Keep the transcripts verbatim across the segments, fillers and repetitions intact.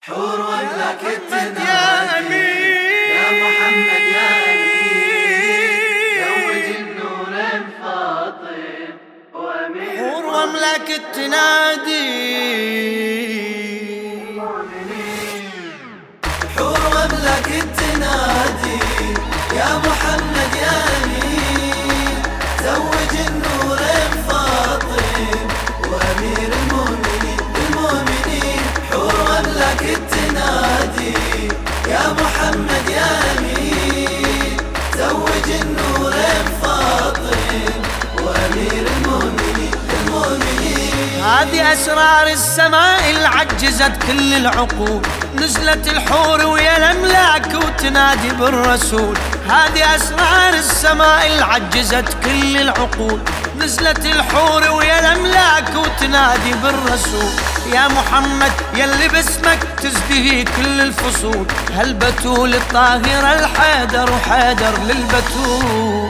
حور ولا كنت يا أمين يا محمد يا أمين زوج النورين فاطم وأمين حور وملك تنادي حور وملك تنادي يا محمد يا أمين زوج النورين فاطم وأمير المؤمنين المؤمنين حور وملك تنادي يا محمد يا أمين زوج النورين فاطم وأمير المؤمنين المؤمنين. هذه أسرار السماء اللي عجزت كل العقول، نزلت الحور ويا الأملاك وتنادي بالرسول. هذه أسرار السماء اللي عجزت كل العقول، نزلت الحور ويا الأملاك وتنادي بالرسول. يا محمد يلي باسمك تزدهي كل الفصول، هالبتول الطاهرة الحيدر وحيدر للبتول.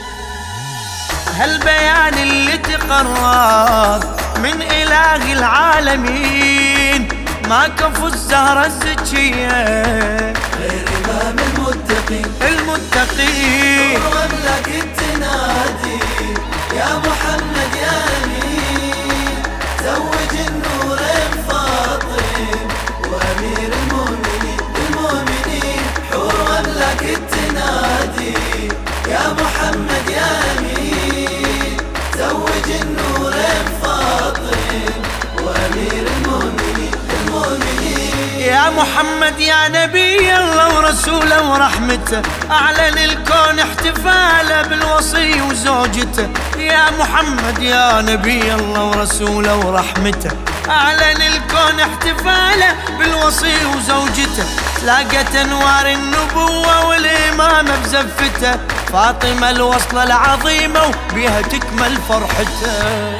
هالبيان اللي تقرر من إله العالمين، ما كفو الزهرة الزكية غير إمام المتقين المتقين. حور وملك تنادي يا محمد يا أمين زوج النورين فاطم وأمير المؤمنين المؤمنين. حور وملك تنادي يا محمد يا أمين زوج النورين فاطم وأمير المؤمنين المؤمنين. يا محمد يا نبي الله ورسوله ورحمته، أعلن الكون احتفاله بالوصي وزوجته. يا محمد يا نبي الله ورسوله ورحمته، أعلن الكون احتفاله بالوصي وزوجته. لاقت أنوار النبوة والإمامة بزفته، فاطمة الوصلة العظيمة وبيها تكمل فرحته.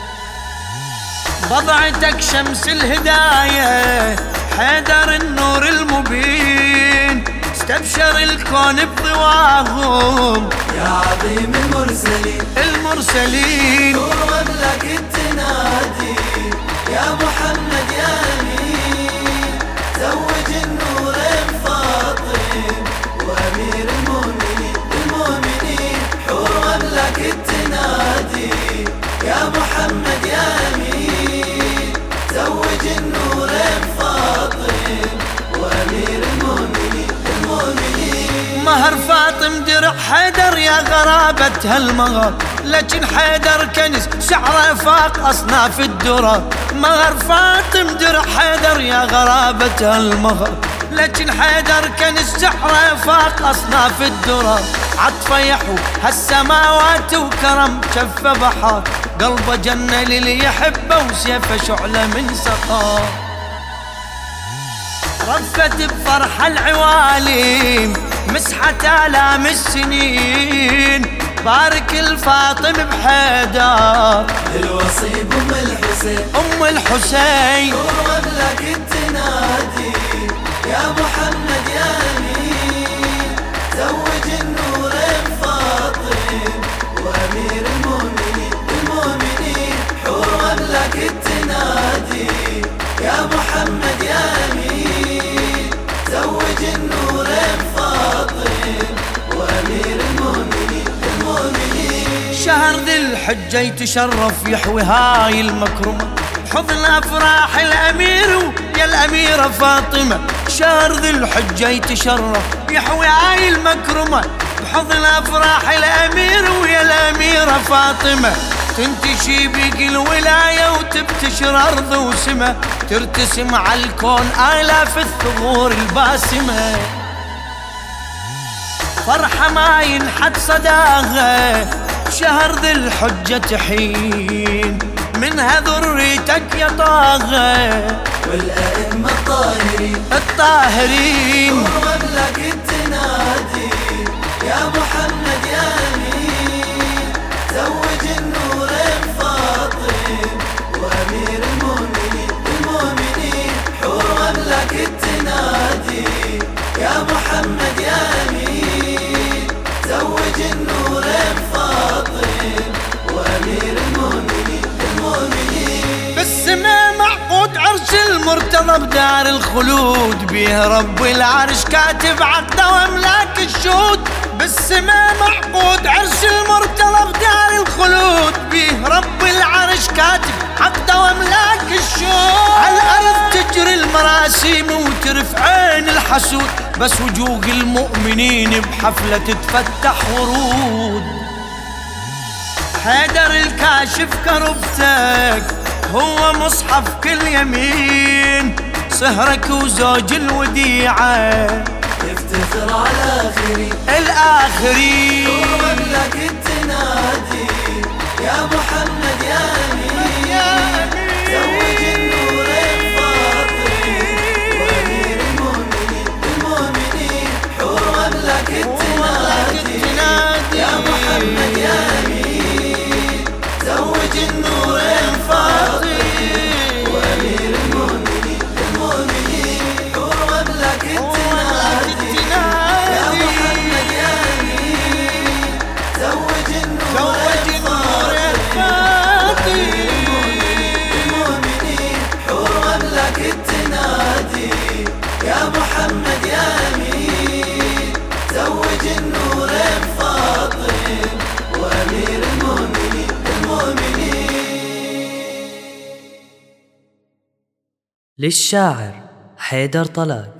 بضعتك شمس الهداية حيدر النور المبين، استبشر الكون بضواهم يا عظيم المرسلين المرسلين. حور وملك تنادي يا محمد يا أمين زوج النورين فاطم وأمير المؤمنين المؤمنين. حور وملك تنادي يا محمد يا أمين زوج النورين فاطم وأمير المؤمنين المؤمنين. مهر فاطم درع حيدر يا غرابة هالمهر، لكن حيدر كنز شعره فاق أصناف الدرر. مهر فاطم درع حيدر يا غرابة هالمهر، لكن حيدر كنز شعره فاق أصناف الدرر. عطفه يحو هالسماوات وكرم شفه بحر، قلبه جنة للي يحبه وسيفه شعلة من سقاه. رفت بفرح العوالم مسحت آلام السنين، بارك الفاطم بحيدر الوصي بأم الحسين أم الحسين. حور وملك تنادي يا محمد يا أمين زوج النورين فاطم وأمير المؤمنين المؤمنين. حور وملك تنادي يا محمد يا أمين زوج النورين فاطم وأمير المؤمنين المؤمنين. شهر ذي الحجة يتشرف يحوي هاي المكرمة، حضن أفراح الأمير يا الأميرة فاطمة. شهر ذي الحجة يتشرف يحوي هاي المكرمة، بحضن أفراح الأمير ويا الأميرة فاطمة. تنتشي بيق الولاية وتبتشر أرض وسمة، ترتسم على الكون آلاف الثغور الباسمة. فرحة ما ينحد صداها شهر ذي الحجة تحين، منها ذريتك يا طه والأئمة الطاهرين الطاهرين. حور وملك تنادي يا محمد يا أمين زوج النورين فاطم وأمير المؤمنين المؤمنين. حور وملك تنادي يا محمد يا أمين زوج النورين فاطم وأمير المؤمنين المؤمنين. بالسماء معقود عرش المرتضى المرتضى بدار الخلود، بيه رب العرش كاتب عقده واملاك الشهود. بالسماء معقود عرش المرتضى بدار الخلود، بيه رب العرش كاتب عقده واملاك الشهود. على الارض تجري المراسيم وترفع عين الحسود، بس وجوه المؤمنين بحفلة تتفتح ورود. حيدر الكاشف كربتك هو مصحف كل يمين، صهرك وزوج الوديعة يفتخر على الآخرين الآخرين. ومملك التنادي يا محمد يا أمين، زوج النورين فاطمي وأمير المؤمنين المؤمنين. حور مملك التنادي يا محمد يا أمين، زوج النورين فاطمي وأمير المؤمنين المؤمنين. حور مملك التنادي يا محمد يا أمين، زوج النورين فاطمي المؤمنين. حور مملك التنادي يا محمد يا أمين، زوج النورين فاطمي وأمير المؤمنين المؤمنين. للشاعر حيدر طلاق.